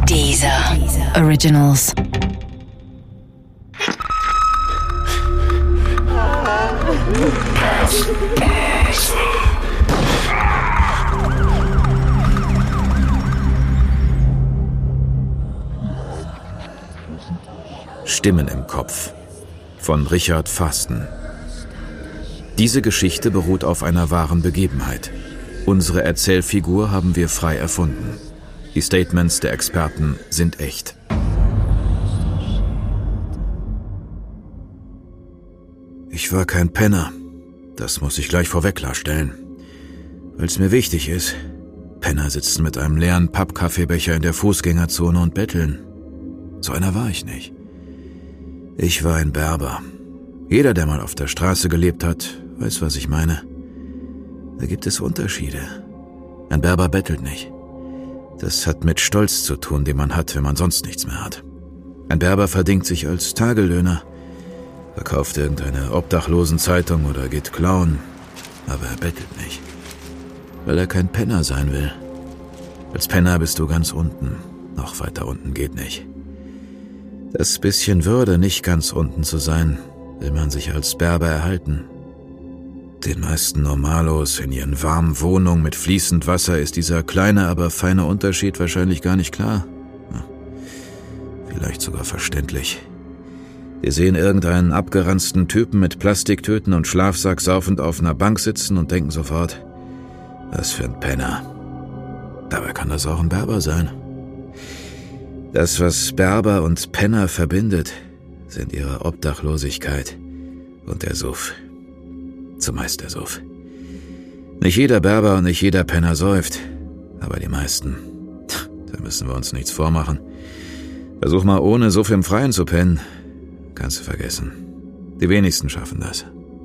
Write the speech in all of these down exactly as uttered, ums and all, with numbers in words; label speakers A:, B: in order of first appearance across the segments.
A: Deezer Originals.
B: Stimmen im Kopf von Richard Fasten. Diese Geschichte beruht auf einer wahren Begebenheit. Unsere Erzählfigur haben wir frei erfunden. Die Statements der Experten sind echt. Ich war kein Penner. Das muss ich gleich vorweg klarstellen. Weil es mir wichtig ist. Penner sitzen mit einem leeren Pappkaffeebecher in der Fußgängerzone und betteln. So einer war ich nicht. Ich war ein Berber. Jeder, der mal auf der Straße gelebt hat, weiß, was ich meine. Da gibt es Unterschiede. Ein Berber bettelt nicht. Das hat mit Stolz zu tun, den man hat, wenn man sonst nichts mehr hat. Ein Berber verdingt sich als Tagelöhner, verkauft irgendeine Obdachlosenzeitung oder geht klauen, aber er bettelt nicht. Weil er kein Penner sein will. Als Penner bist du ganz unten. Noch weiter unten geht nicht. Das bisschen Würde, nicht ganz unten zu sein, will man sich als Berber erhalten. Den meisten Normalos in ihren warmen Wohnungen mit fließend Wasser ist dieser kleine, aber feine Unterschied wahrscheinlich gar nicht klar. Ja, vielleicht sogar verständlich. Wir sehen irgendeinen abgeranzten Typen mit Plastiktüten und Schlafsack saufend auf einer Bank sitzen und denken sofort, was für ein Penner. Dabei kann das auch ein Berber sein. Das, was Berber und Penner verbindet, sind ihre Obdachlosigkeit und der Suff. Zumeist der Suff. Nicht jeder Berber und nicht jeder Penner säuft, aber die meisten. Da müssen wir uns nichts vormachen. Versuch mal ohne Suff im Freien zu pennen. Kannst du vergessen. Die wenigsten schaffen das.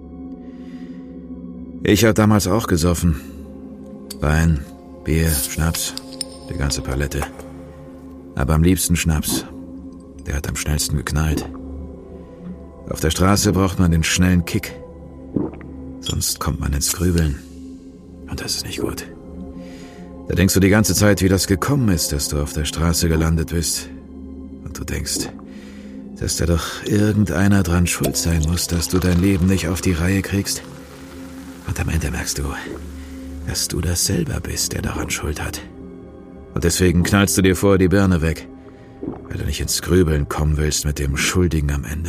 B: Ich hab damals auch gesoffen. Wein, Bier, Schnaps, die ganze Palette. Aber am liebsten Schnaps. Der hat am schnellsten geknallt. Auf der Straße braucht man den schnellen Kick. Sonst kommt man ins Grübeln. Und das ist nicht gut. Da denkst du die ganze Zeit, wie das gekommen ist, dass du auf der Straße gelandet bist. Und du denkst, dass da doch irgendeiner dran schuld sein muss, dass du dein Leben nicht auf die Reihe kriegst. Und am Ende merkst du, dass du das selber bist, der daran Schuld hat. Und deswegen knallst du dir vorher die Birne weg, weil du nicht ins Grübeln kommen willst mit dem Schuldigen am Ende.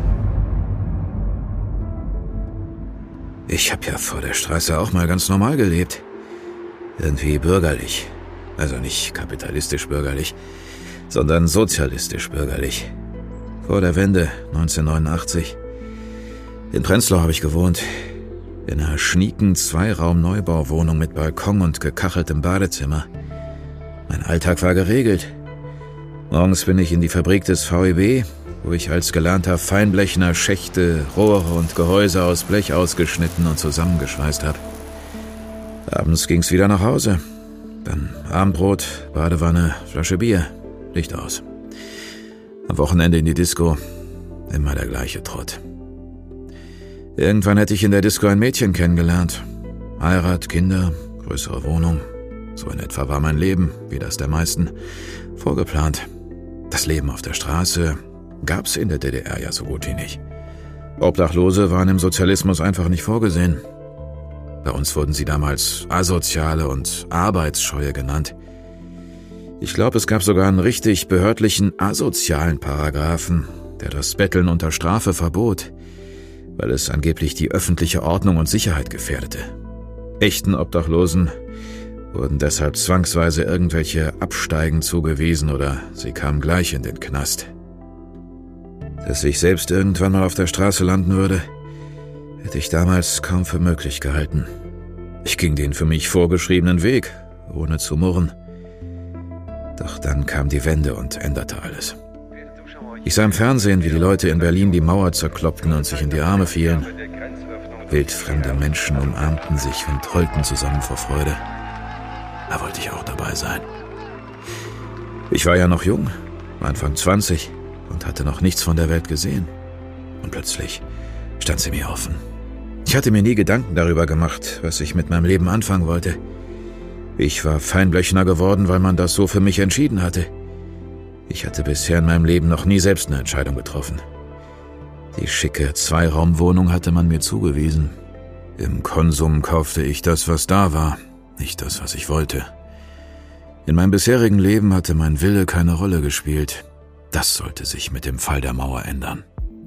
B: Ich hab ja vor der Straße auch mal ganz normal gelebt. Irgendwie bürgerlich. Also nicht kapitalistisch bürgerlich, sondern sozialistisch bürgerlich. Vor der Wende, neunzehnhundertneunundachtzig. In Prenzlau habe ich gewohnt. In einer schnieken Zweiraum-Neubauwohnung mit Balkon und gekacheltem Badezimmer. Mein Alltag war geregelt. Morgens bin ich in die Fabrik des V E B, wo ich als gelernter Feinblechner Schächte, Rohre und Gehäuse aus Blech ausgeschnitten und zusammengeschweißt habe. Abends ging's wieder nach Hause. Dann Abendbrot, Badewanne, Flasche Bier, Licht aus. Am Wochenende in die Disco, immer der gleiche Trott. Irgendwann hätte ich in der Disco ein Mädchen kennengelernt. Heirat, Kinder, größere Wohnung. So in etwa war mein Leben, wie das der meisten, vorgeplant. Das Leben auf der Straße gab's in der D D R ja so gut wie nicht. Obdachlose waren im Sozialismus einfach nicht vorgesehen. Bei uns wurden sie damals Asoziale und Arbeitsscheue genannt. Ich glaube, es gab sogar einen richtig behördlichen asozialen Paragraphen, der das Betteln unter Strafe verbot, weil es angeblich die öffentliche Ordnung und Sicherheit gefährdete. Echten Obdachlosen wurden deshalb zwangsweise irgendwelche Absteigen zugewiesen oder sie kamen gleich in den Knast. Dass ich selbst irgendwann mal auf der Straße landen würde, hätte ich damals kaum für möglich gehalten. Ich ging den für mich vorgeschriebenen Weg, ohne zu murren. Doch dann kam die Wende und änderte alles. Ich sah im Fernsehen, wie die Leute in Berlin die Mauer zerkloppten und sich in die Arme fielen. Wildfremde Menschen umarmten sich und heulten zusammen vor Freude. Da wollte ich auch dabei sein. Ich war ja noch jung, Anfang zwanzig, und hatte noch nichts von der Welt gesehen. Und plötzlich stand sie mir offen. Ich hatte mir nie Gedanken darüber gemacht, was ich mit meinem Leben anfangen wollte. Ich war Feinblechner geworden, weil man das so für mich entschieden hatte. Ich hatte bisher in meinem Leben noch nie selbst eine Entscheidung getroffen. Die schicke Zweiraumwohnung hatte man mir zugewiesen. Im Konsum kaufte ich das, was da war, nicht das, was ich wollte. In meinem bisherigen Leben hatte mein Wille keine Rolle gespielt. Das sollte sich mit dem Fall der Mauer ändern.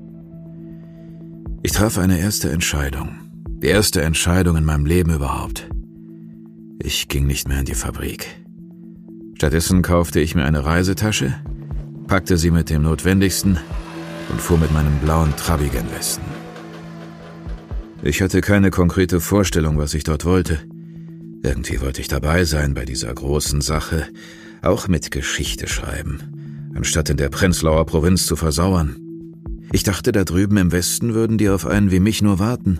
B: Ich traf eine erste Entscheidung. Die erste Entscheidung in meinem Leben überhaupt. Ich ging nicht mehr in die Fabrik. Stattdessen kaufte ich mir eine Reisetasche, packte sie mit dem Notwendigsten und fuhr mit meinem blauen Trabi gen Westen. Ich hatte keine konkrete Vorstellung, was ich dort wollte. Irgendwie wollte ich dabei sein bei dieser großen Sache, auch mit Geschichte schreiben, anstatt in der Prenzlauer Provinz zu versauern. Ich dachte, da drüben im Westen würden die auf einen wie mich nur warten.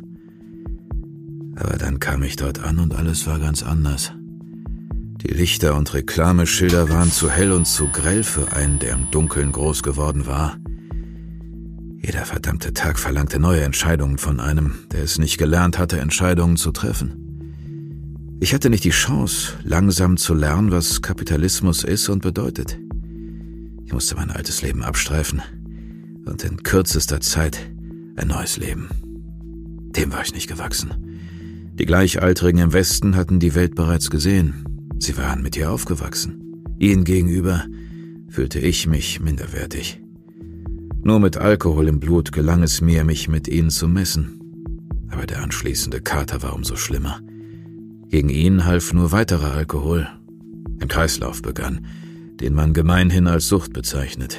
B: Aber dann kam ich dort an und alles war ganz anders. Die Lichter und Reklameschilder waren zu hell und zu grell für einen, der im Dunkeln groß geworden war. Jeder verdammte Tag verlangte neue Entscheidungen von einem, der es nicht gelernt hatte, Entscheidungen zu treffen. Ich hatte nicht die Chance, langsam zu lernen, was Kapitalismus ist und bedeutet. Ich musste mein altes Leben abstreifen und in kürzester Zeit ein neues Leben. Dem war ich nicht gewachsen. Die Gleichaltrigen im Westen hatten die Welt bereits gesehen. Sie waren mit ihr aufgewachsen. Ihnen gegenüber fühlte ich mich minderwertig. Nur mit Alkohol im Blut gelang es mir, mich mit ihnen zu messen. Aber der anschließende Kater war umso schlimmer. Gegen ihn half nur weiterer Alkohol. Ein Kreislauf begann, den man gemeinhin als Sucht bezeichnet.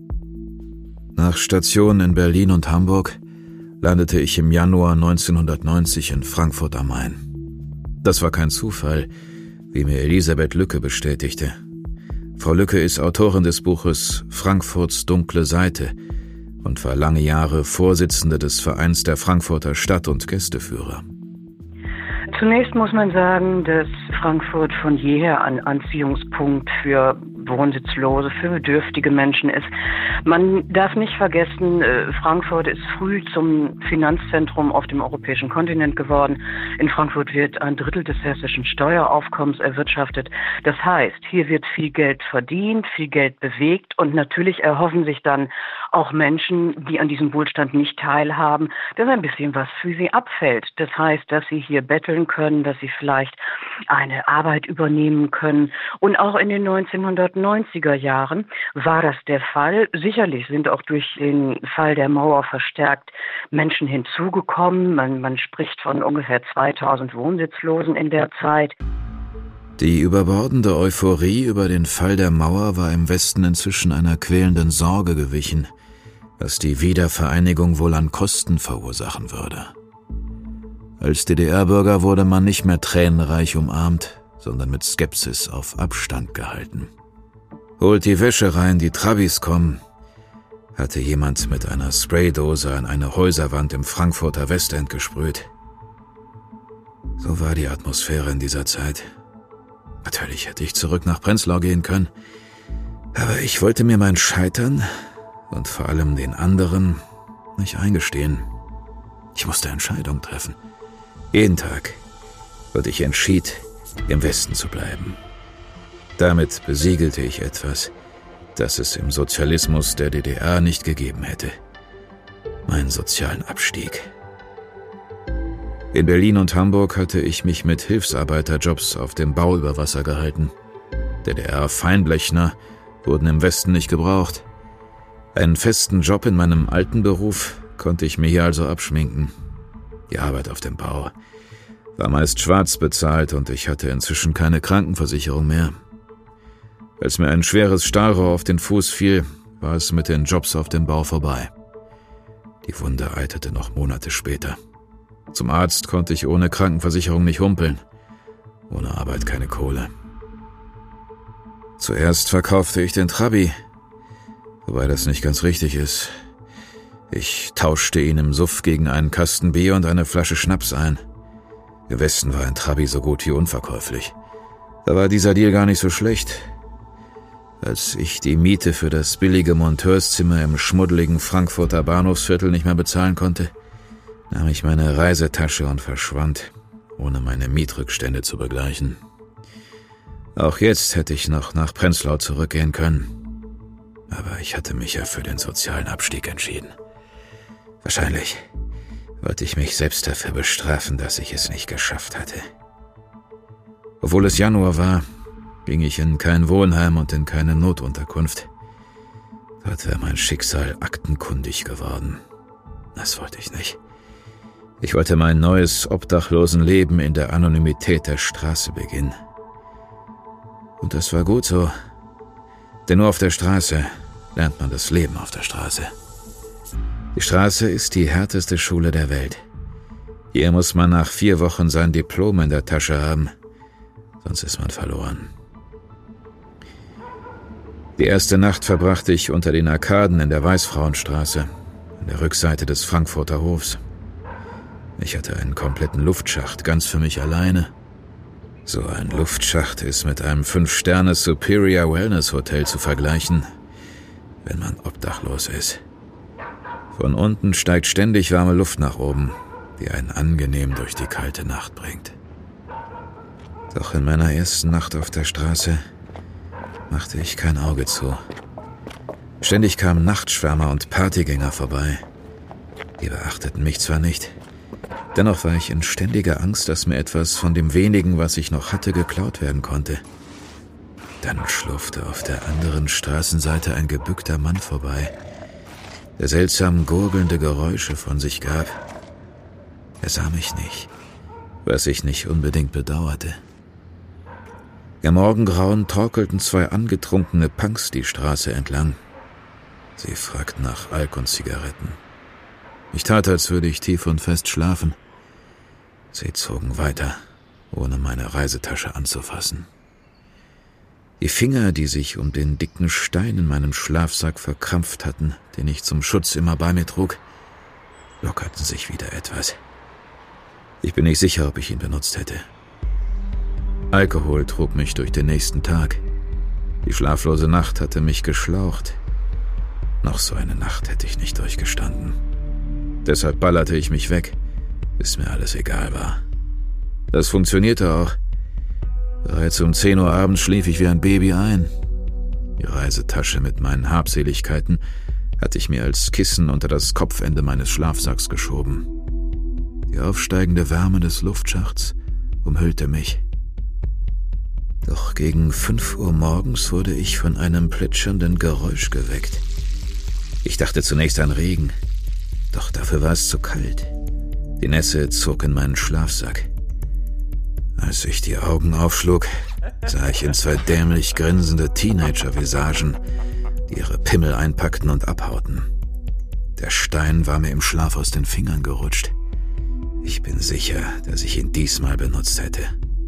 B: Nach Stationen in Berlin und Hamburg landete ich im Januar neunzehnhundertneunzig in Frankfurt am Main. Das war kein Zufall, wie mir Elisabeth Lücke bestätigte. Frau Lücke ist Autorin des Buches Frankfurts dunkle Seite und war lange Jahre Vorsitzende des Vereins der Frankfurter Stadt- und Gästeführer.
C: Zunächst muss man sagen, dass Frankfurt von jeher ein Anziehungspunkt für Wohnsitzlose, für bedürftige Menschen ist. Man darf nicht vergessen, Frankfurt ist früh zum Finanzzentrum auf dem europäischen Kontinent geworden. In Frankfurt wird ein Drittel des hessischen Steueraufkommens erwirtschaftet. Das heißt, hier wird viel Geld verdient, viel Geld bewegt und natürlich erhoffen sich dann auch Menschen, die an diesem Wohlstand nicht teilhaben, dass ein bisschen was für sie abfällt. Das heißt, dass sie hier betteln können, dass sie vielleicht eine Arbeit übernehmen können. Und auch in den neunzehnhundertneunziger Jahren war das der Fall. Sicherlich sind auch durch den Fall der Mauer verstärkt Menschen hinzugekommen. Man, man spricht von ungefähr zweitausend Wohnsitzlosen in der Zeit.
B: Die überbordende Euphorie über den Fall der Mauer war im Westen inzwischen einer quälenden Sorge gewichen, was die Wiedervereinigung wohl an Kosten verursachen würde. Als D D R-Bürger wurde man nicht mehr tränenreich umarmt, sondern mit Skepsis auf Abstand gehalten. Holt die Wäsche rein, die Trabis kommen, hatte jemand mit einer Spraydose an eine Häuserwand im Frankfurter Westend gesprüht. So war die Atmosphäre in dieser Zeit. Natürlich hätte ich zurück nach Prenzlau gehen können, aber ich wollte mir mein Scheitern und vor allem den anderen nicht eingestehen. Ich musste Entscheidungen treffen. Jeden Tag. Und ich entschied, im Westen zu bleiben. Damit besiegelte ich etwas, das es im Sozialismus der D D R nicht gegeben hätte. Meinen sozialen Abstieg. In Berlin und Hamburg hatte ich mich mit Hilfsarbeiterjobs auf dem Bau über Wasser gehalten. D D R-Feinblechner wurden im Westen nicht gebraucht. Einen festen Job in meinem alten Beruf konnte ich mir hier also abschminken. Die Arbeit auf dem Bau war meist schwarz bezahlt und ich hatte inzwischen keine Krankenversicherung mehr. Als mir ein schweres Stahlrohr auf den Fuß fiel, war es mit den Jobs auf dem Bau vorbei. Die Wunde eiterte noch Monate später. Zum Arzt konnte ich ohne Krankenversicherung nicht humpeln. Ohne Arbeit keine Kohle. Zuerst verkaufte ich den Trabi, wobei das nicht ganz richtig ist. Ich tauschte ihn im Suff gegen einen Kasten Bier und eine Flasche Schnaps ein. Im Westen war ein Trabi so gut wie unverkäuflich. Da war dieser Deal gar nicht so schlecht. Als ich die Miete für das billige Monteurszimmer im schmuddeligen Frankfurter Bahnhofsviertel nicht mehr bezahlen konnte, nahm ich meine Reisetasche und verschwand, ohne meine Mietrückstände zu begleichen. Auch jetzt hätte ich noch nach Prenzlau zurückgehen können. Aber ich hatte mich ja für den sozialen Abstieg entschieden. Wahrscheinlich wollte ich mich selbst dafür bestrafen, dass ich es nicht geschafft hatte. Obwohl es Januar war, ging ich in kein Wohnheim und in keine Notunterkunft. Dort wäre mein Schicksal aktenkundig geworden. Das wollte ich nicht. Ich wollte mein neues Obdachlosenleben in der Anonymität der Straße beginnen. Und das war gut so. Denn nur auf der Straße lernt man das Leben auf der Straße. Die Straße ist die härteste Schule der Welt. Hier muss man nach vier Wochen sein Diplom in der Tasche haben, sonst ist man verloren. Die erste Nacht verbrachte ich unter den Arkaden in der Weißfrauenstraße, an der Rückseite des Frankfurter Hofs. Ich hatte einen kompletten Luftschacht, ganz für mich alleine. So ein Luftschacht ist mit einem fünf Sterne Superior Wellness Hotel zu vergleichen, wenn man obdachlos ist. Von unten steigt ständig warme Luft nach oben, die einen angenehm durch die kalte Nacht bringt. Doch in meiner ersten Nacht auf der Straße machte ich kein Auge zu. Ständig kamen Nachtschwärmer und Partygänger vorbei. Die beachteten mich zwar nicht, dennoch war ich in ständiger Angst, dass mir etwas von dem wenigen, was ich noch hatte, geklaut werden konnte. Dann schlurfte auf der anderen Straßenseite ein gebückter Mann vorbei, der seltsam gurgelnde Geräusche von sich gab. Er sah mich nicht, was ich nicht unbedingt bedauerte. Im Morgengrauen torkelten zwei angetrunkene Punks die Straße entlang. Sie fragten nach Alk und Zigaretten. Ich tat, als würde ich tief und fest schlafen. Sie zogen weiter, ohne meine Reisetasche anzufassen. Die Finger, die sich um den dicken Stein in meinem Schlafsack verkrampft hatten, den ich zum Schutz immer bei mir trug, lockerten sich wieder etwas. Ich bin nicht sicher, ob ich ihn benutzt hätte. Alkohol trug mich durch den nächsten Tag. Die schlaflose Nacht hatte mich geschlaucht. Noch so eine Nacht hätte ich nicht durchgestanden. Deshalb ballerte ich mich weg, bis mir alles egal war. Das funktionierte auch. Bereits um zehn Uhr abends schlief ich wie ein Baby ein. Die Reisetasche mit meinen Habseligkeiten hatte ich mir als Kissen unter das Kopfende meines Schlafsacks geschoben. Die aufsteigende Wärme des Luftschachts umhüllte mich. Doch gegen fünf Uhr morgens wurde ich von einem plätschernden Geräusch geweckt. Ich dachte zunächst an Regen, doch dafür war es zu kalt. Die Nässe zog in meinen Schlafsack. Als ich die Augen aufschlug, sah ich in zwei dämlich grinsende Teenager-Visagen, die ihre Pimmel einpackten und abhauten. Der Stein war mir im Schlaf aus den Fingern gerutscht. Ich bin sicher, dass ich ihn diesmal benutzt hätte.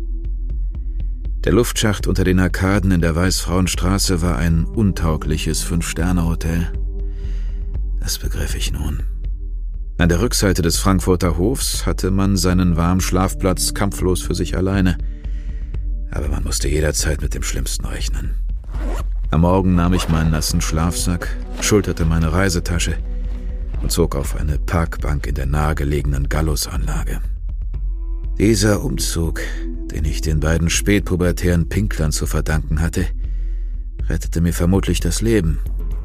B: Der Luftschacht unter den Arkaden in der Weißfrauenstraße war ein untaugliches Fünf-Sterne-Hotel. Das begriff ich nun. An der Rückseite des Frankfurter Hofs hatte man seinen warmen Schlafplatz kampflos für sich alleine. Aber man musste jederzeit mit dem Schlimmsten rechnen. Am Morgen nahm ich meinen nassen Schlafsack, schulterte meine Reisetasche und zog auf eine Parkbank in der nahegelegenen Gallusanlage. Dieser Umzug, den ich den beiden spätpubertären Pinklern zu verdanken hatte, rettete mir vermutlich das Leben.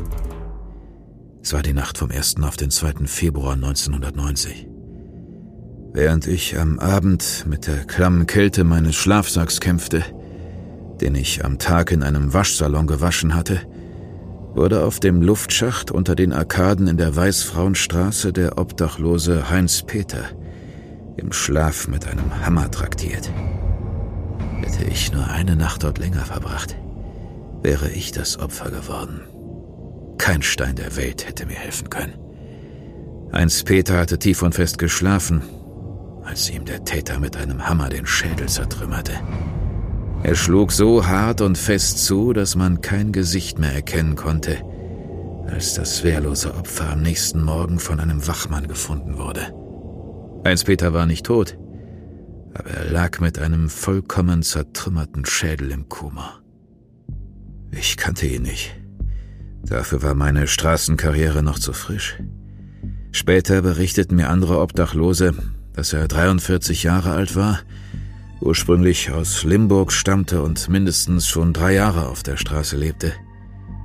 B: Es war die Nacht vom ersten auf den zweiten Februar neunzehnhundertneunzig. Während ich am Abend mit der klammen Kälte meines Schlafsacks kämpfte, den ich am Tag in einem Waschsalon gewaschen hatte, wurde auf dem Luftschacht unter den Arkaden in der Weißfrauenstraße der obdachlose Heinz Peter im Schlaf mit einem Hammer traktiert. Hätte ich nur eine Nacht dort länger verbracht, wäre ich das Opfer geworden. Kein Stein der Welt hätte mir helfen können. Heinz Peter hatte tief und fest geschlafen, als ihm der Täter mit einem Hammer den Schädel zertrümmerte. Er schlug so hart und fest zu, dass man kein Gesicht mehr erkennen konnte, als das wehrlose Opfer am nächsten Morgen von einem Wachmann gefunden wurde. Heinz Peter war nicht tot, aber er lag mit einem vollkommen zertrümmerten Schädel im Koma. Ich kannte ihn nicht. Dafür war meine Straßenkarriere noch zu frisch. Später berichteten mir andere Obdachlose, dass er dreiundvierzig Jahre alt war, ursprünglich aus Limburg stammte und mindestens schon drei Jahre auf der Straße lebte.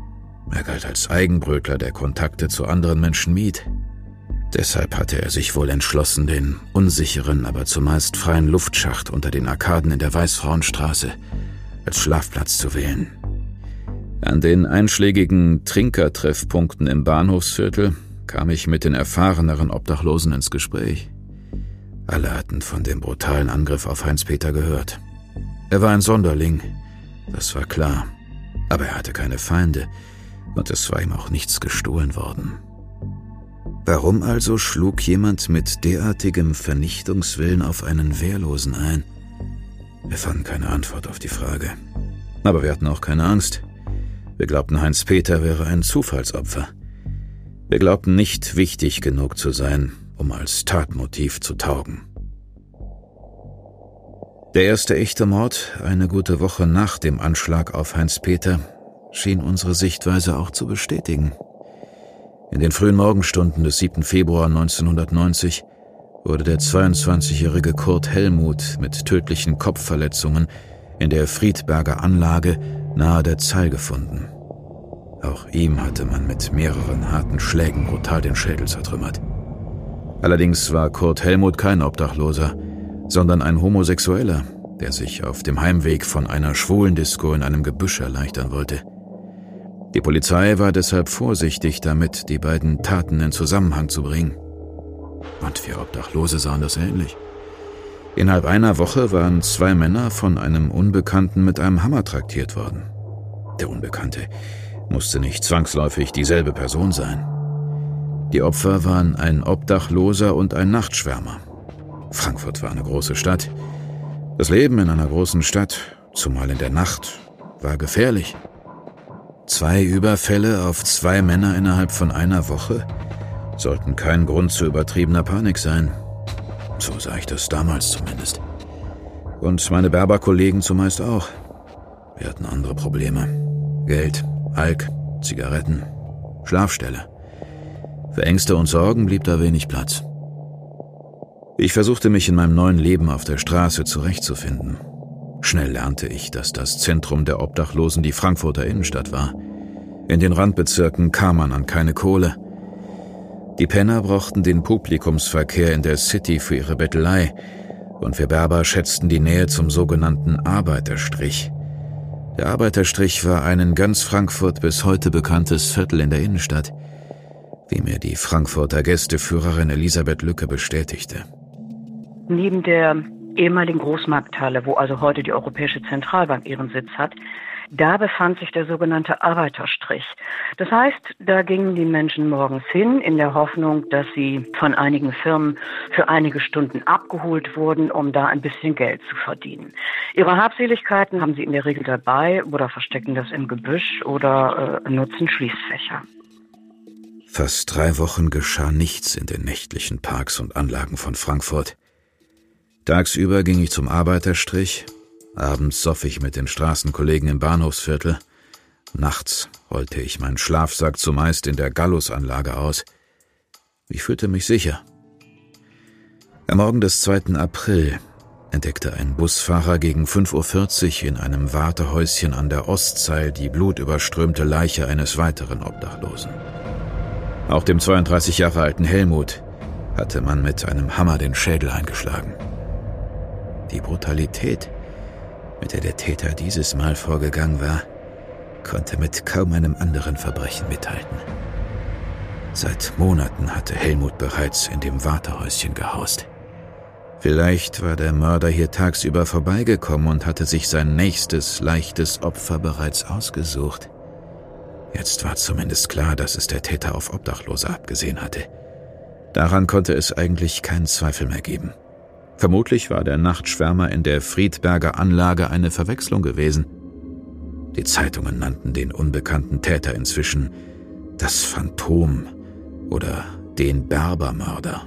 B: Er galt als Eigenbrötler, der Kontakte zu anderen Menschen mied. Deshalb hatte er sich wohl entschlossen, den unsicheren, aber zumeist freien Luftschacht unter den Arkaden in der Weißfrauenstraße als Schlafplatz zu wählen. An den einschlägigen Trinkertreffpunkten im Bahnhofsviertel kam ich mit den erfahreneren Obdachlosen ins Gespräch. Alle hatten von dem brutalen Angriff auf Heinz-Peter gehört. Er war ein Sonderling, das war klar, aber er hatte keine Feinde und es war ihm auch nichts gestohlen worden. Warum also schlug jemand mit derartigem Vernichtungswillen auf einen Wehrlosen ein? Wir fanden keine Antwort auf die Frage. Aber wir hatten auch keine Angst. Wir glaubten, Heinz-Peter wäre ein Zufallsopfer. Wir glaubten nicht wichtig genug zu sein, um als Tatmotiv zu taugen. Der erste echte Mord, eine gute Woche nach dem Anschlag auf Heinz-Peter, schien unsere Sichtweise auch zu bestätigen. In den frühen Morgenstunden des siebten Februar neunzehnhundertneunzig wurde der zweiundzwanzigjährige Kurt Hellmuth mit tödlichen Kopfverletzungen in der Friedberger Anlage nahe der Zeil gefunden. Auch ihm hatte man mit mehreren harten Schlägen brutal den Schädel zertrümmert. Allerdings war Kurt Hellmuth kein Obdachloser, sondern ein Homosexueller, der sich auf dem Heimweg von einer Schwulendisco in einem Gebüsch erleichtern wollte. Die Polizei war deshalb vorsichtig damit, die beiden Taten in Zusammenhang zu bringen. Und wir Obdachlose sahen das ähnlich. Innerhalb einer Woche waren zwei Männer von einem Unbekannten mit einem Hammer traktiert worden. Der Unbekannte musste nicht zwangsläufig dieselbe Person sein. Die Opfer waren ein Obdachloser und ein Nachtschwärmer. Frankfurt war eine große Stadt. Das Leben in einer großen Stadt, zumal in der Nacht, war gefährlich. Zwei Überfälle auf zwei Männer innerhalb von einer Woche sollten kein Grund zu übertriebener Panik sein. So sah ich das damals zumindest. Und meine Berber-Kollegen zumeist auch. Wir hatten andere Probleme. Geld, Alk, Zigaretten, Schlafstelle. Für Ängste und Sorgen blieb da wenig Platz. Ich versuchte mich in meinem neuen Leben auf der Straße zurechtzufinden. Schnell lernte ich, dass das Zentrum der Obdachlosen die Frankfurter Innenstadt war. In den Randbezirken kam man an keine Kohle. Die Penner brauchten den Publikumsverkehr in der City für ihre Bettelei und wir Berber schätzten die Nähe zum sogenannten Arbeiterstrich. Der Arbeiterstrich war ein in ganz Frankfurt bis heute bekanntes Viertel in der Innenstadt, wie mir die Frankfurter Gästeführerin Elisabeth Lücke bestätigte.
C: Neben der ehemaligen Großmarkthalle, wo also heute die Europäische Zentralbank ihren Sitz hat, da befand sich der sogenannte Arbeiterstrich. Das heißt, da gingen die Menschen morgens hin, in der Hoffnung, dass sie von einigen Firmen für einige Stunden abgeholt wurden, um da ein bisschen Geld zu verdienen. Ihre Habseligkeiten haben sie in der Regel dabei oder verstecken das im Gebüsch oder äh, nutzen Schließfächer.
B: Fast drei Wochen geschah nichts in den nächtlichen Parks und Anlagen von Frankfurt. Tagsüber ging ich zum Arbeiterstrich, abends soff ich mit den Straßenkollegen im Bahnhofsviertel, nachts rollte ich meinen Schlafsack zumeist in der Gallusanlage aus. Ich fühlte mich sicher. Am Morgen des zweiten April entdeckte ein Busfahrer gegen fünf Uhr vierzig in einem Wartehäuschen an der Ostzeil die blutüberströmte Leiche eines weiteren Obdachlosen. Auch dem zweiunddreißig Jahre alten Hellmuth hatte man mit einem Hammer den Schädel eingeschlagen. Die Brutalität, mit der der Täter dieses Mal vorgegangen war, konnte mit kaum einem anderen Verbrechen mithalten. Seit Monaten hatte Hellmuth bereits in dem Wartehäuschen gehaust. Vielleicht war der Mörder hier tagsüber vorbeigekommen und hatte sich sein nächstes, leichtes Opfer bereits ausgesucht. Jetzt war zumindest klar, dass es der Täter auf Obdachlose abgesehen hatte. Daran konnte es eigentlich keinen Zweifel mehr geben. Vermutlich war der Nachtschwärmer in der Friedberger Anlage eine Verwechslung gewesen. Die Zeitungen nannten den unbekannten Täter inzwischen das Phantom oder den Berbermörder.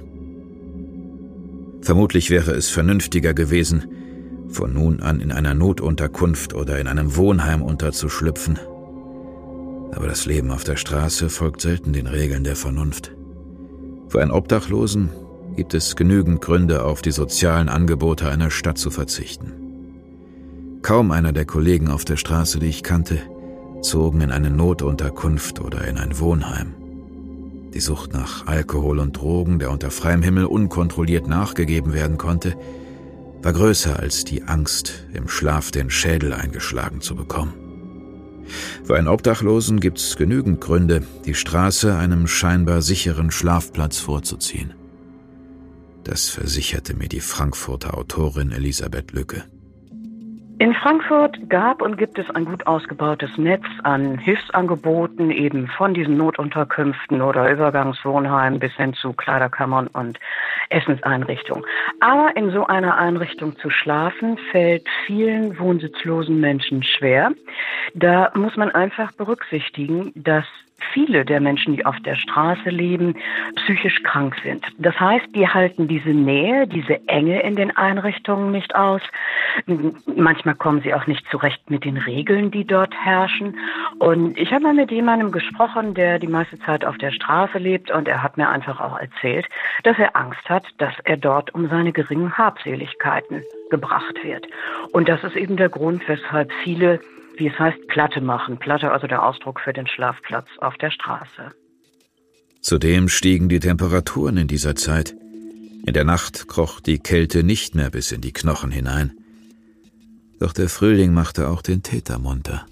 B: Vermutlich wäre es vernünftiger gewesen, von nun an in einer Notunterkunft oder in einem Wohnheim unterzuschlüpfen. Aber das Leben auf der Straße folgt selten den Regeln der Vernunft. Für einen Obdachlosen gibt es genügend Gründe, auf die sozialen Angebote einer Stadt zu verzichten. Kaum einer der Kollegen auf der Straße, die ich kannte, zogen in eine Notunterkunft oder in ein Wohnheim. Die Sucht nach Alkohol und Drogen, der unter freiem Himmel unkontrolliert nachgegeben werden konnte, war größer als die Angst, im Schlaf den Schädel eingeschlagen zu bekommen. Für einen Obdachlosen gibt's genügend Gründe, die Straße einem scheinbar sicheren Schlafplatz vorzuziehen. Das versicherte mir die Frankfurter Autorin Elisabeth Lücke.
C: In Frankfurt gab und gibt es ein gut ausgebautes Netz an Hilfsangeboten, eben von diesen Notunterkünften oder Übergangswohnheimen bis hin zu Kleiderkammern und Essenseinrichtungen. Aber in so einer Einrichtung zu schlafen, fällt vielen wohnsitzlosen Menschen schwer. Da muss man einfach berücksichtigen, dass viele der Menschen, die auf der Straße leben, psychisch krank sind. Das heißt, die halten diese Nähe, diese Enge in den Einrichtungen nicht aus. Manchmal kommen sie auch nicht zurecht mit den Regeln, die dort herrschen. Und ich habe mal mit jemandem gesprochen, der die meiste Zeit auf der Straße lebt, und er hat mir einfach auch erzählt, dass er Angst hat, dass er dort um seine geringen Habseligkeiten gebracht wird. Und das ist eben der Grund, weshalb viele, wie es heißt, Platte machen. Platte, also der Ausdruck für den Schlafplatz auf der Straße.
B: Zudem stiegen die Temperaturen in dieser Zeit. In der Nacht kroch die Kälte nicht mehr bis in die Knochen hinein. Doch der Frühling machte auch den Täter munter.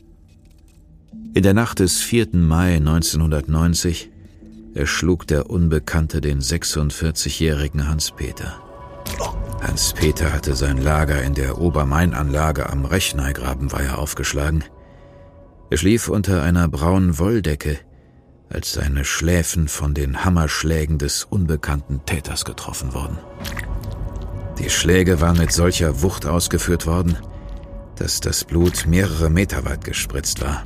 B: In der Nacht des vierten Mai neunzehnhundertneunzig erschlug der Unbekannte den sechsundvierzigjährigen Hans-Peter. Hans-Peter hatte sein Lager in der Obermainanlage am Rechneigrabenweiher aufgeschlagen. Er schlief unter einer braunen Wolldecke, als seine Schläfen von den Hammerschlägen des unbekannten Täters getroffen wurden. Die Schläge waren mit solcher Wucht ausgeführt worden, dass das Blut mehrere Meter weit gespritzt war.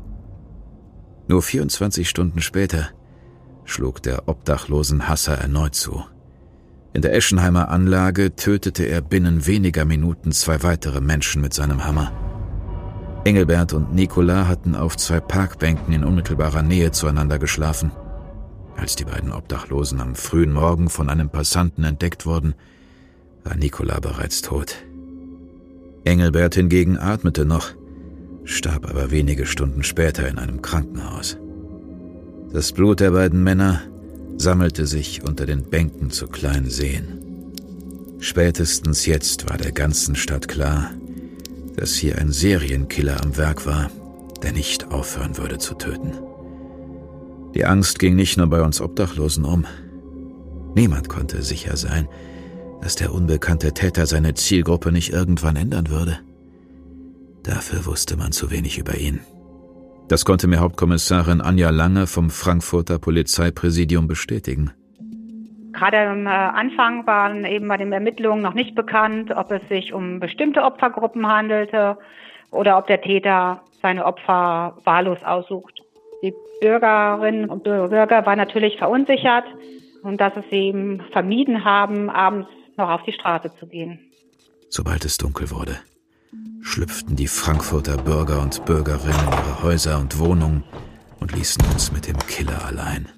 B: Nur vierundzwanzig Stunden später schlug der obdachlosen Hasser erneut zu. In der Eschenheimer Anlage tötete er binnen weniger Minuten zwei weitere Menschen mit seinem Hammer. Engelbert und Nicola hatten auf zwei Parkbänken in unmittelbarer Nähe zueinander geschlafen. Als die beiden Obdachlosen am frühen Morgen von einem Passanten entdeckt wurden, war Nicola bereits tot. Engelbert hingegen atmete noch, starb aber wenige Stunden später in einem Krankenhaus. Das Blut der beiden Männer sammelte sich unter den Bänken zu kleinen Seen. Spätestens jetzt war der ganzen Stadt klar, dass hier ein Serienkiller am Werk war, der nicht aufhören würde zu töten. Die Angst ging nicht nur bei uns Obdachlosen um. Niemand konnte sicher sein, dass der unbekannte Täter seine Zielgruppe nicht irgendwann ändern würde. Dafür wusste man zu wenig über ihn. Das konnte mir Hauptkommissarin Anja Lange vom Frankfurter Polizeipräsidium bestätigen.
D: Gerade am Anfang waren eben bei den Ermittlungen noch nicht bekannt, ob es sich um bestimmte Opfergruppen handelte oder ob der Täter seine Opfer wahllos aussucht. Die Bürgerinnen und Bürger waren natürlich verunsichert und dass es sie eben vermieden haben, abends noch auf die Straße zu gehen.
B: Sobald es dunkel wurde, schlüpften die Frankfurter Bürger und Bürgerinnen in ihre Häuser und Wohnungen und ließen uns mit dem Killer allein.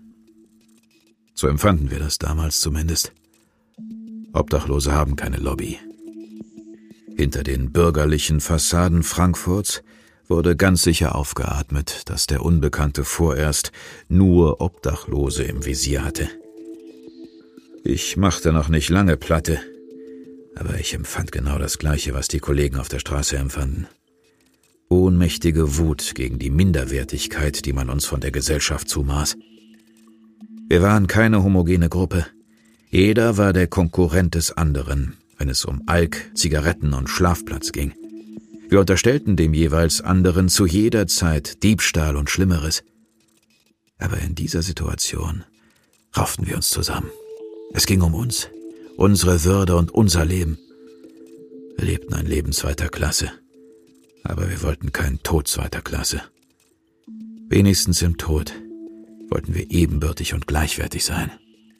B: So empfanden wir das damals zumindest. Obdachlose haben keine Lobby. Hinter den bürgerlichen Fassaden Frankfurts wurde ganz sicher aufgeatmet, dass der Unbekannte vorerst nur Obdachlose im Visier hatte. Ich machte noch nicht lange Platte, aber ich empfand genau das Gleiche, was die Kollegen auf der Straße empfanden. Ohnmächtige Wut gegen die Minderwertigkeit, die man uns von der Gesellschaft zumaß. Wir waren keine homogene Gruppe. Jeder war der Konkurrent des anderen, wenn es um Alk, Zigaretten und Schlafplatz ging. Wir unterstellten dem jeweils anderen zu jeder Zeit Diebstahl und Schlimmeres. Aber in dieser Situation rafften wir uns zusammen. Es ging um uns, unsere Würde und unser Leben. Wir lebten ein Leben zweiter Klasse, aber wir wollten keinen Tod zweiter Klasse. Wenigstens im Tod wollten wir ebenbürtig und gleichwertig sein.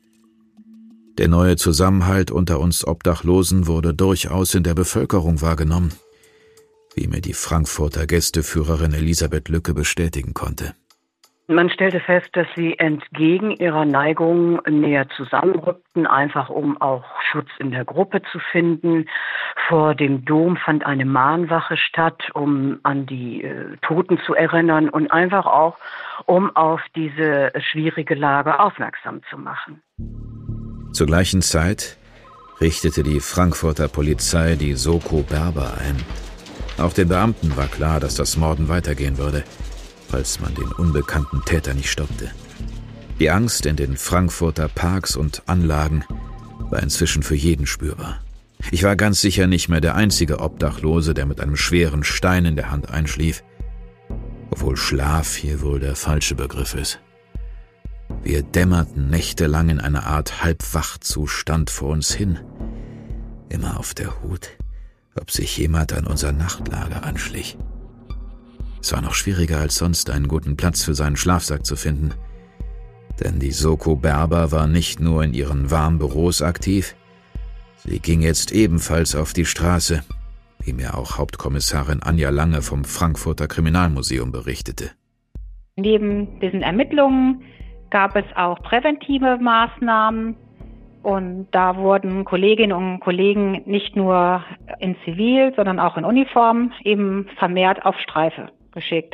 B: Der neue Zusammenhalt unter uns Obdachlosen wurde durchaus in der Bevölkerung wahrgenommen, wie mir die Frankfurter Gästeführerin Elisabeth Lücke bestätigen konnte.
C: Man stellte fest, dass sie entgegen ihrer Neigung näher zusammenrückten, einfach um auch Schutz in der Gruppe zu finden. Vor dem Dom fand eine Mahnwache statt, um an die äh, Toten zu erinnern und einfach auch, um auf diese schwierige Lage aufmerksam zu machen.
B: Zur gleichen Zeit richtete die Frankfurter Polizei die Soko Berber ein. Auch den Beamten war klar, dass das Morden weitergehen würde, falls man den unbekannten Täter nicht stoppte. Die Angst in den Frankfurter Parks und Anlagen war inzwischen für jeden spürbar. Ich war ganz sicher nicht mehr der einzige Obdachlose, der mit einem schweren Stein in der Hand einschlief, obwohl Schlaf hier wohl der falsche Begriff ist. Wir dämmerten nächtelang in einer Art Halbwachzustand vor uns hin, immer auf der Hut, ob sich jemand an unser Nachtlager anschlich. Es war noch schwieriger als sonst, einen guten Platz für seinen Schlafsack zu finden, denn die Soko Berber war nicht nur in ihren warmen Büros aktiv, sie ging jetzt ebenfalls auf die Straße, wie mir auch Hauptkommissarin Anja Lange vom Frankfurter Kriminalmuseum berichtete.
D: Neben diesen Ermittlungen gab es auch präventive Maßnahmen und da wurden Kolleginnen und Kollegen nicht nur in Zivil, sondern auch in Uniform eben vermehrt auf Streife geschickt.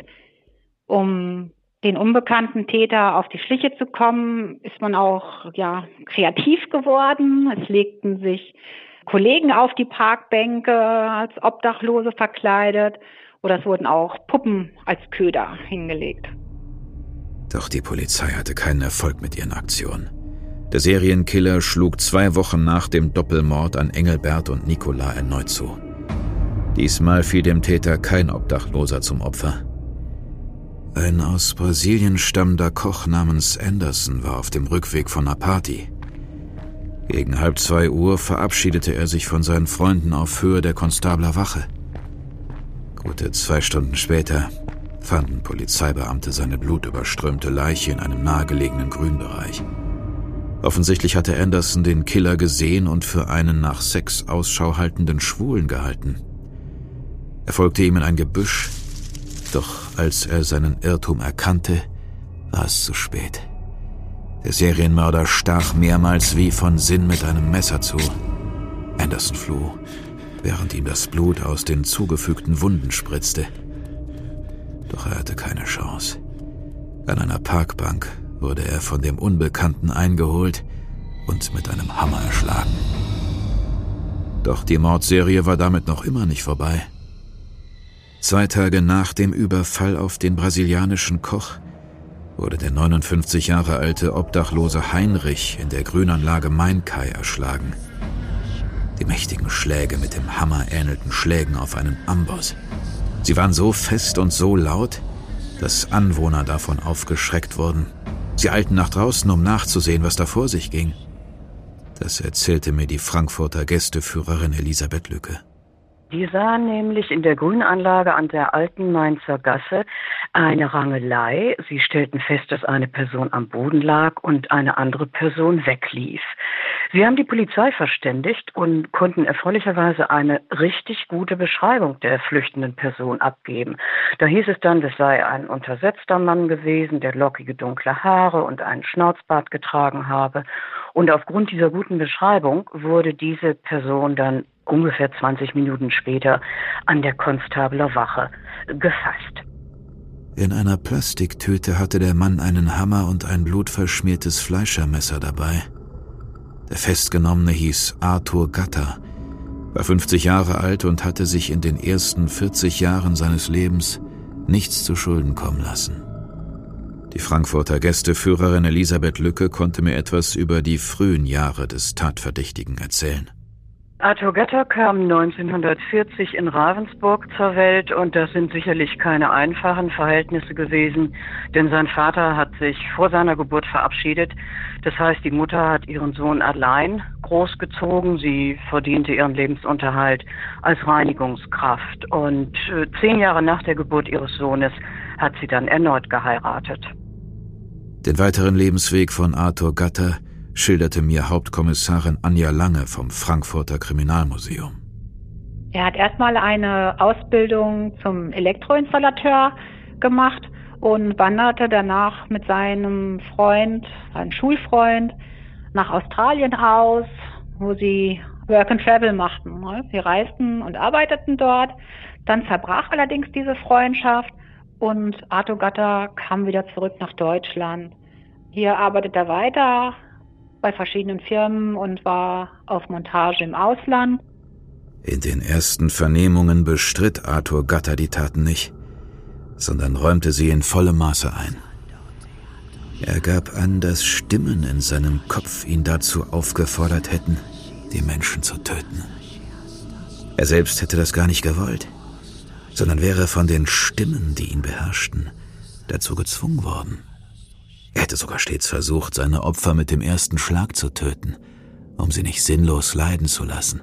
D: Um den unbekannten Täter auf die Schliche zu kommen, ist man auch ja kreativ geworden. Es legten sich Kollegen auf die Parkbänke als Obdachlose verkleidet oder es wurden auch Puppen als Köder hingelegt.
B: Doch die Polizei hatte keinen Erfolg mit ihren Aktionen. Der Serienkiller schlug zwei Wochen nach dem Doppelmord an Engelbert und Nicola erneut zu. Diesmal fiel dem Täter kein Obdachloser zum Opfer. Ein aus Brasilien stammender Koch namens Anderson war auf dem Rückweg von einer Party. Gegen halb zwei Uhr verabschiedete er sich von seinen Freunden auf Höhe der Konstabler Wache. Gute zwei Stunden später fanden Polizeibeamte seine blutüberströmte Leiche in einem nahegelegenen Grünbereich. Offensichtlich hatte Anderson den Killer gesehen und für einen nach Sex Ausschau haltenden Schwulen gehalten. Er folgte ihm in ein Gebüsch, doch als er seinen Irrtum erkannte, war es zu spät. Der Serienmörder stach mehrmals wie von Sinn mit einem Messer zu. Anderson floh, während ihm das Blut aus den zugefügten Wunden spritzte. Doch er hatte keine Chance. An einer Parkbank wurde er von dem Unbekannten eingeholt und mit einem Hammer erschlagen. Doch die Mordserie war damit noch immer nicht vorbei. Zwei Tage nach dem Überfall auf den brasilianischen Koch wurde der neunundfünfzig Jahre alte Obdachlose Heinrich in der Grünanlage Mainkai erschlagen. Die mächtigen Schläge mit dem Hammer ähnelten Schlägen auf einen Amboss. Sie waren so fest und so laut, dass Anwohner davon aufgeschreckt wurden. Sie eilten nach draußen, um nachzusehen, was da vor sich ging. Das erzählte mir die Frankfurter Gästeführerin Elisabeth Lücke.
C: Die sahen nämlich in der Grünanlage an der alten Mainzer Gasse eine Rangelei. Sie stellten fest, dass eine Person am Boden lag und eine andere Person weglief. Sie haben die Polizei verständigt und konnten erfreulicherweise eine richtig gute Beschreibung der flüchtenden Person abgeben. Da hieß es dann, das sei ein untersetzter Mann gewesen, der lockige dunkle Haare und einen Schnauzbart getragen habe. Und aufgrund dieser guten Beschreibung wurde diese Person dann ungefähr zwanzig Minuten später an der Konstabler Wache gefasst.
B: In einer Plastiktüte hatte der Mann einen Hammer und ein blutverschmiertes Fleischermesser dabei. Der Festgenommene hieß Arthur Gatter, war fünfzig Jahre alt und hatte sich in den ersten vierzig Jahren seines Lebens nichts zu Schulden kommen lassen. Die Frankfurter Gästeführerin Elisabeth Lücke konnte mir etwas über die frühen Jahre des Tatverdächtigen erzählen.
C: Arthur Gatter kam neunzehnhundertvierzig in Ravensburg zur Welt und das sind sicherlich keine einfachen Verhältnisse gewesen, denn sein Vater hat sich vor seiner Geburt verabschiedet. Das heißt, die Mutter hat ihren Sohn allein großgezogen. Sie verdiente ihren Lebensunterhalt als Reinigungskraft und äh, zehn Jahre nach der Geburt ihres Sohnes hat sie dann erneut geheiratet.
B: Den weiteren Lebensweg von Arthur Gatter schilderte mir Hauptkommissarin Anja Lange vom Frankfurter Kriminalmuseum.
D: Er hat erstmal eine Ausbildung zum Elektroinstallateur gemacht und wanderte danach mit seinem Freund, seinem Schulfreund, nach Australien aus, wo sie Work and Travel machten. Sie reisten und arbeiteten dort. Dann zerbrach allerdings diese Freundschaft und Arthur Gatter kam wieder zurück nach Deutschland. Hier arbeitet er weiter bei verschiedenen Firmen und war auf Montage im Ausland.
B: In den ersten Vernehmungen bestritt Arthur Gatter die Taten nicht, sondern räumte sie in vollem Maße ein. Er gab an, dass Stimmen in seinem Kopf ihn dazu aufgefordert hätten, die Menschen zu töten. Er selbst hätte das gar nicht gewollt, sondern wäre von den Stimmen, die ihn beherrschten, dazu gezwungen worden. Er hätte sogar stets versucht, seine Opfer mit dem ersten Schlag zu töten, um sie nicht sinnlos leiden zu lassen.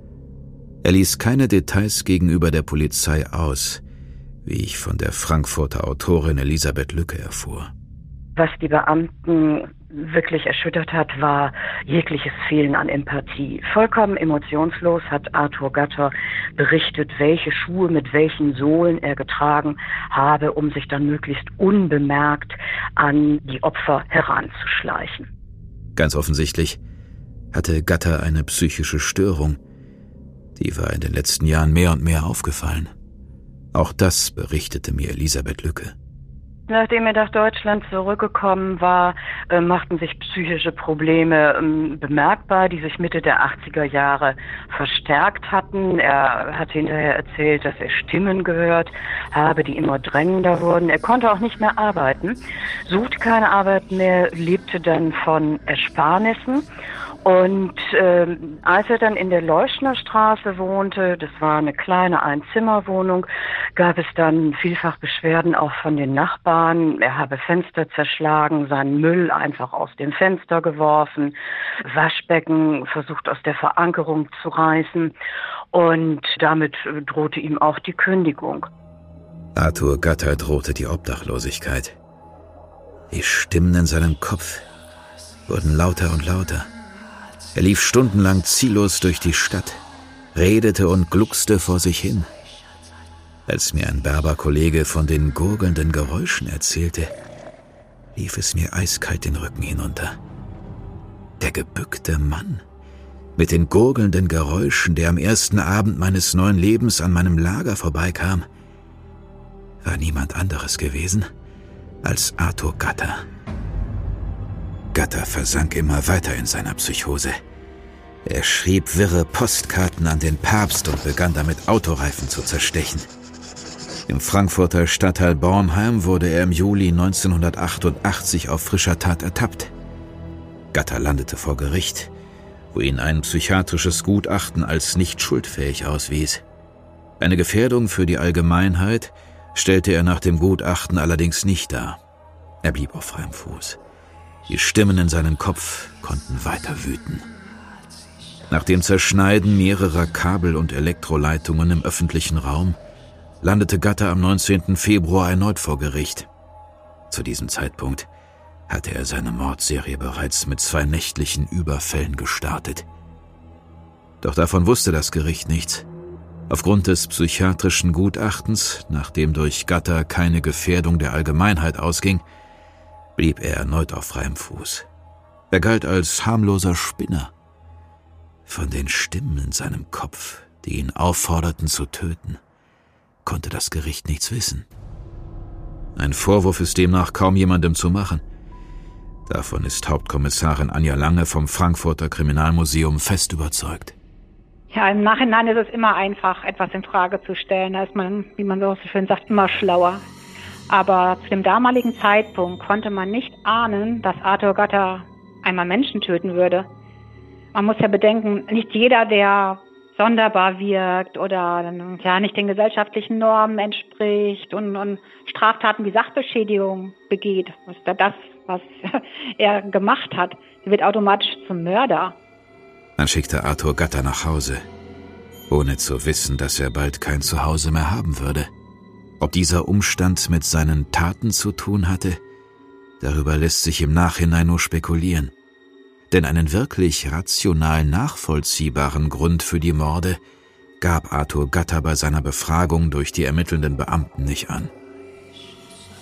B: Er ließ keine Details gegenüber der Polizei aus, wie ich von der Frankfurter Autorin Elisabeth Lücke erfuhr.
C: Was die Beamten wirklich erschüttert hat, war jegliches Fehlen an Empathie. Vollkommen emotionslos hat Arthur Gatter berichtet, welche Schuhe mit welchen Sohlen er getragen habe, um sich dann möglichst unbemerkt an die Opfer heranzuschleichen.
B: Ganz offensichtlich hatte Gatter eine psychische Störung. Die war in den letzten Jahren mehr und mehr aufgefallen. Auch das berichtete mir Elisabeth Lücke.
C: Nachdem er nach Deutschland zurückgekommen war, äh, machten sich psychische Probleme ähm, bemerkbar, die sich Mitte der achtziger Jahre verstärkt hatten. Er hat hinterher erzählt, dass er Stimmen gehört habe, die immer drängender wurden. Er konnte auch nicht mehr arbeiten, suchte keine Arbeit mehr, lebte dann von Ersparnissen. Und äh, als er dann in der Leuschner Straße wohnte, das war eine kleine Einzimmerwohnung, gab es dann vielfach Beschwerden auch von den Nachbarn. Er habe Fenster zerschlagen, seinen Müll einfach aus dem Fenster geworfen, Waschbecken versucht aus der Verankerung zu reißen und damit drohte ihm auch die Kündigung.
B: Arthur Gatter drohte die Obdachlosigkeit. Die Stimmen in seinem Kopf wurden lauter und lauter. Er lief stundenlang ziellos durch die Stadt, redete und gluckste vor sich hin. Als mir ein Berber-Kollege von den gurgelnden Geräuschen erzählte, lief es mir eiskalt den Rücken hinunter. Der gebückte Mann mit den gurgelnden Geräuschen, der am ersten Abend meines neuen Lebens an meinem Lager vorbeikam, war niemand anderes gewesen als Arthur Gatter. Gatter versank immer weiter in seiner Psychose. Er schrieb wirre Postkarten an den Papst und begann damit Autoreifen zu zerstechen. Im Frankfurter Stadtteil Bornheim wurde er im Juli neunzehnhundertachtundachtzig auf frischer Tat ertappt. Gatter landete vor Gericht, wo ihn ein psychiatrisches Gutachten als nicht schuldfähig auswies. Eine Gefährdung für die Allgemeinheit stellte er nach dem Gutachten allerdings nicht dar. Er blieb auf freiem Fuß. Die Stimmen in seinem Kopf konnten weiter wüten. Nach dem Zerschneiden mehrerer Kabel und Elektroleitungen im öffentlichen Raum landete Gatter am neunzehnten Februar erneut vor Gericht. Zu diesem Zeitpunkt hatte er seine Mordserie bereits mit zwei nächtlichen Überfällen gestartet. Doch davon wusste das Gericht nichts. Aufgrund des psychiatrischen Gutachtens, nachdem durch Gatter keine Gefährdung der Allgemeinheit ausging, blieb er erneut auf freiem Fuß. Er galt als harmloser Spinner. Von den Stimmen in seinem Kopf, die ihn aufforderten zu töten, konnte das Gericht nichts wissen. Ein Vorwurf ist demnach kaum jemandem zu machen. Davon ist Hauptkommissarin Anja Lange vom Frankfurter Kriminalmuseum fest überzeugt.
D: Ja, im Nachhinein ist es immer einfach, etwas in Frage zu stellen. Da ist man, wie man so schön sagt, immer schlauer. Aber zu dem damaligen Zeitpunkt konnte man nicht ahnen, dass Arthur Gatter einmal Menschen töten würde. Man muss ja bedenken, nicht jeder, der sonderbar wirkt oder ja nicht den gesellschaftlichen Normen entspricht und, und Straftaten wie Sachbeschädigung begeht, das ist das, was er gemacht hat, wird automatisch zum Mörder.
B: Man schickte Arthur Gatter nach Hause, ohne zu wissen, dass er bald kein Zuhause mehr haben würde. Ob dieser Umstand mit seinen Taten zu tun hatte, darüber lässt sich im Nachhinein nur spekulieren. Denn einen wirklich rational nachvollziehbaren Grund für die Morde gab Arthur Gatter bei seiner Befragung durch die ermittelnden Beamten nicht an.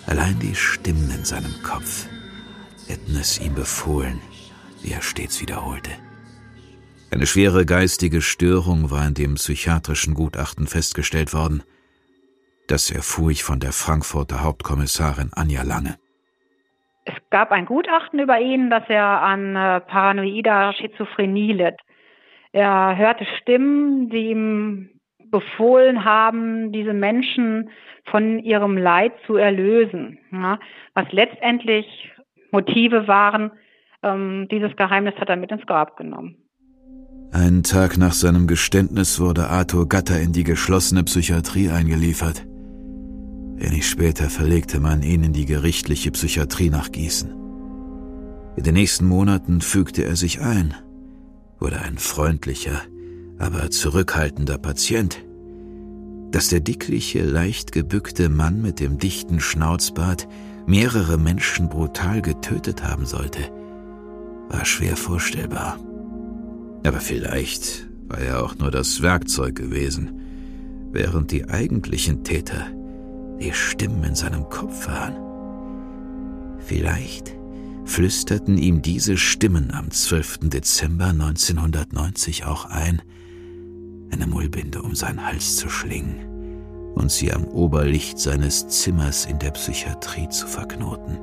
B: Allein die Stimmen in seinem Kopf hätten es ihm befohlen, wie er stets wiederholte. Eine schwere geistige Störung war in dem psychiatrischen Gutachten festgestellt worden. Das erfuhr ich von der Frankfurter Hauptkommissarin Anja Lange.
D: Es gab ein Gutachten über ihn, dass er an äh, paranoider Schizophrenie litt. Er hörte Stimmen, die ihm befohlen haben, diese Menschen von ihrem Leid zu erlösen. Ja, was letztendlich Motive waren, ähm, dieses Geheimnis hat er mit ins Grab genommen.
B: Einen Tag nach seinem Geständnis wurde Arthur Gatter in die geschlossene Psychiatrie eingeliefert. Wenig später verlegte man ihn in die gerichtliche Psychiatrie nach Gießen. In den nächsten Monaten fügte er sich ein, wurde ein freundlicher, aber zurückhaltender Patient. Dass der dickliche, leicht gebückte Mann mit dem dichten Schnauzbart mehrere Menschen brutal getötet haben sollte, war schwer vorstellbar. Aber vielleicht war er auch nur das Werkzeug gewesen, während die eigentlichen Täter die Stimmen in seinem Kopf waren. Vielleicht flüsterten ihm diese Stimmen am zwölften Dezember neunzehnhundertneunzig auch ein, eine Mullbinde um seinen Hals zu schlingen und sie am Oberlicht seines Zimmers in der Psychiatrie zu verknoten.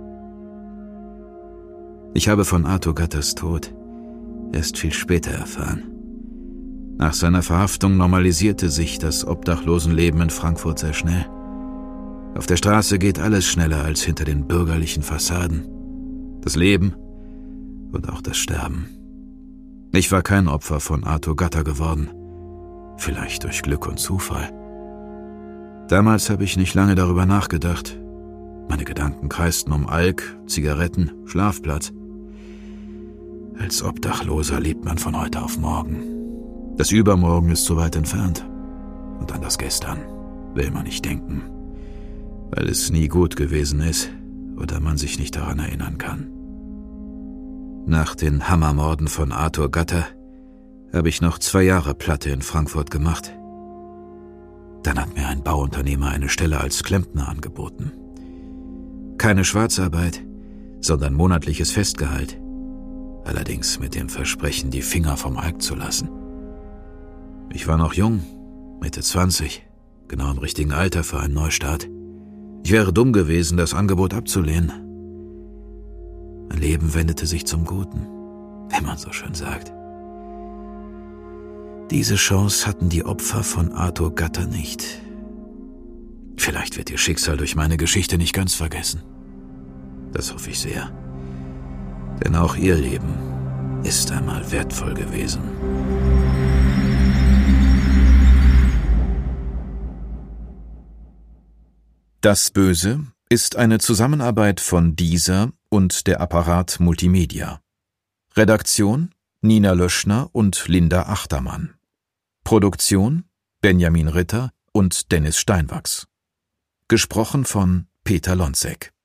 B: Ich habe von Arthur Gatters Tod erst viel später erfahren. Nach seiner Verhaftung normalisierte sich das Obdachlosenleben in Frankfurt sehr schnell. Auf der Straße geht alles schneller als hinter den bürgerlichen Fassaden. Das Leben und auch das Sterben. Ich war kein Opfer von Arthur Gatter geworden. Vielleicht durch Glück und Zufall. Damals habe ich nicht lange darüber nachgedacht. Meine Gedanken kreisten um Alk, Zigaretten, Schlafplatz. Als Obdachloser lebt man von heute auf morgen. Das Übermorgen ist so weit entfernt. Und an das Gestern will man nicht denken, weil es nie gut gewesen ist oder man sich nicht daran erinnern kann. Nach den Hammermorden von Arthur Gatter habe ich noch zwei Jahre Platte in Frankfurt gemacht. Dann hat mir ein Bauunternehmer eine Stelle als Klempner angeboten. Keine Schwarzarbeit, sondern monatliches Festgehalt. Allerdings mit dem Versprechen, die Finger vom Alk zu lassen. Ich war noch jung, Mitte zwanzig, genau im richtigen Alter für einen Neustart. Ich wäre dumm gewesen, das Angebot abzulehnen. Mein Leben wendete sich zum Guten, wie man so schön sagt. Diese Chance hatten die Opfer von Arthur Gatter nicht. Vielleicht wird ihr Schicksal durch meine Geschichte nicht ganz vergessen. Das hoffe ich sehr. Denn auch ihr Leben ist einmal wertvoll gewesen.
E: Das Böse ist eine Zusammenarbeit von Deezer und der Apparat Multimedia. Redaktion Nina Löschner und Linda Achtermann. Produktion Benjamin Ritter und Dennis Steinwachs. Gesprochen von Peter Lonzek.